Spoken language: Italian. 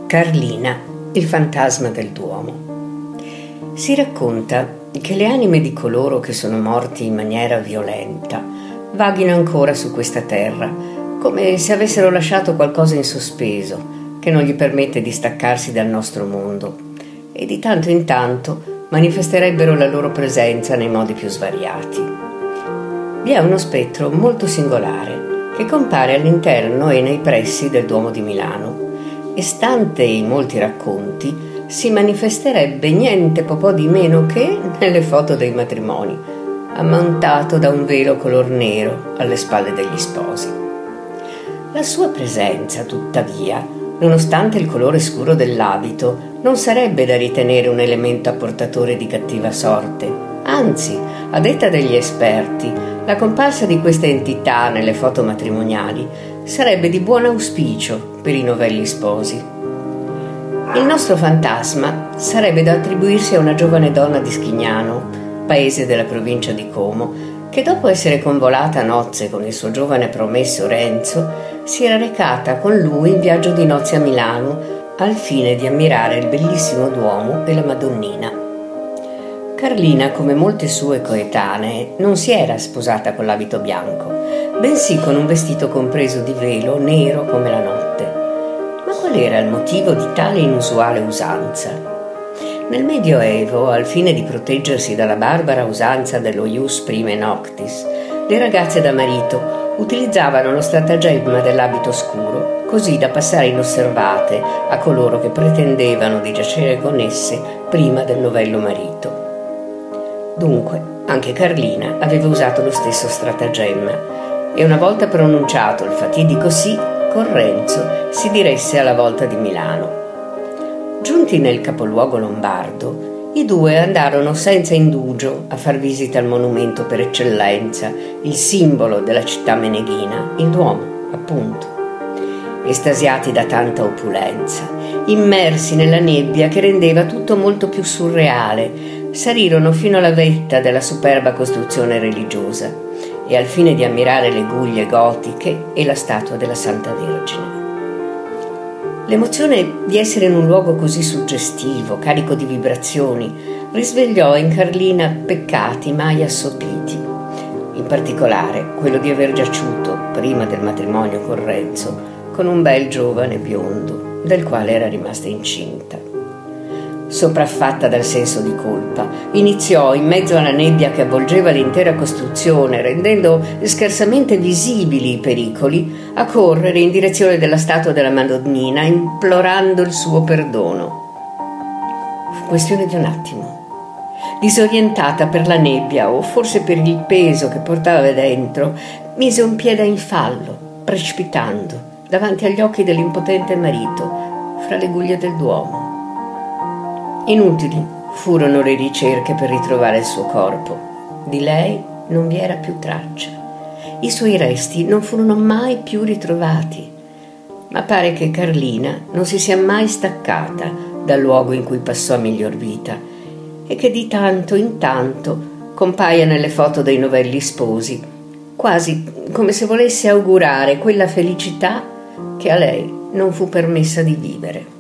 Carlina, il fantasma del Duomo. Si racconta che le anime di coloro che sono morti in maniera violenta vaghino ancora su questa terra, come se avessero lasciato qualcosa in sospeso che non gli permette di staccarsi dal nostro mondo, e di tanto in tanto manifesterebbero la loro presenza nei modi più svariati. Vi è uno spettro molto singolare che compare all'interno e nei pressi del Duomo di Milano, e stante i molti racconti si manifesterebbe niente po' di meno che nelle foto dei matrimoni, ammantato da un velo color nero alle spalle degli sposi. La sua presenza, tuttavia, nonostante il colore scuro dell'abito, non sarebbe da ritenere un elemento apportatore di cattiva sorte. Anzi, a detta degli esperti, la comparsa di queste entità nelle foto matrimoniali sarebbe di buon auspicio per i novelli sposi. Il nostro fantasma sarebbe da attribuirsi a una giovane donna di Schignano, paese della provincia di Como, che dopo essere convolata a nozze con il suo giovane promesso Renzo, si era recata con lui in viaggio di nozze a Milano al fine di ammirare il bellissimo Duomo e la Madonnina. Carlina, come molte sue coetanee, non si era sposata con l'abito bianco, bensì con un vestito compreso di velo nero come la notte. Ma qual era il motivo di tale inusuale usanza? Nel Medioevo, al fine di proteggersi dalla barbara usanza dello ius prime noctis, le ragazze da marito utilizzavano lo stratagemma dell'abito scuro, così da passare inosservate a coloro che pretendevano di giacere con esse prima del novello marito. Dunque, anche Carlina aveva usato lo stesso stratagemma e una volta pronunciato il fatidico sì, con Renzo si diresse alla volta di Milano. Giunti nel capoluogo lombardo, i due andarono senza indugio a far visita al monumento per eccellenza, il simbolo della città meneghina, il Duomo, appunto. Estasiati da tanta opulenza, immersi nella nebbia che rendeva tutto molto più surreale, salirono fino alla vetta della superba costruzione religiosa e al fine di ammirare le guglie gotiche e la statua della Santa Vergine. L'emozione di essere in un luogo così suggestivo, carico di vibrazioni, risvegliò in Carlina peccati mai assopiti, in particolare quello di aver giaciuto, prima del matrimonio con Renzo, con un bel giovane biondo, del quale era rimasta incinta. Sopraffatta dal senso di colpa, iniziò, in mezzo alla nebbia che avvolgeva l'intera costruzione, rendendo scarsamente visibili i pericoli, a correre in direzione della statua della Madonnina, implorando il suo perdono. Fu questione di un attimo. Disorientata per la nebbia, o forse per il peso che portava dentro, mise un piede in fallo, precipitando, davanti agli occhi dell'impotente marito, fra le guglie del Duomo. Inutili furono le ricerche per ritrovare il suo corpo. Di lei non vi era più traccia. I suoi resti non furono mai più ritrovati. Ma pare che Carlina non si sia mai staccata dal luogo in cui passò a miglior vita e che di tanto in tanto compaia nelle foto dei novelli sposi, quasi come se volesse augurare quella felicità che a lei non fu permessa di vivere.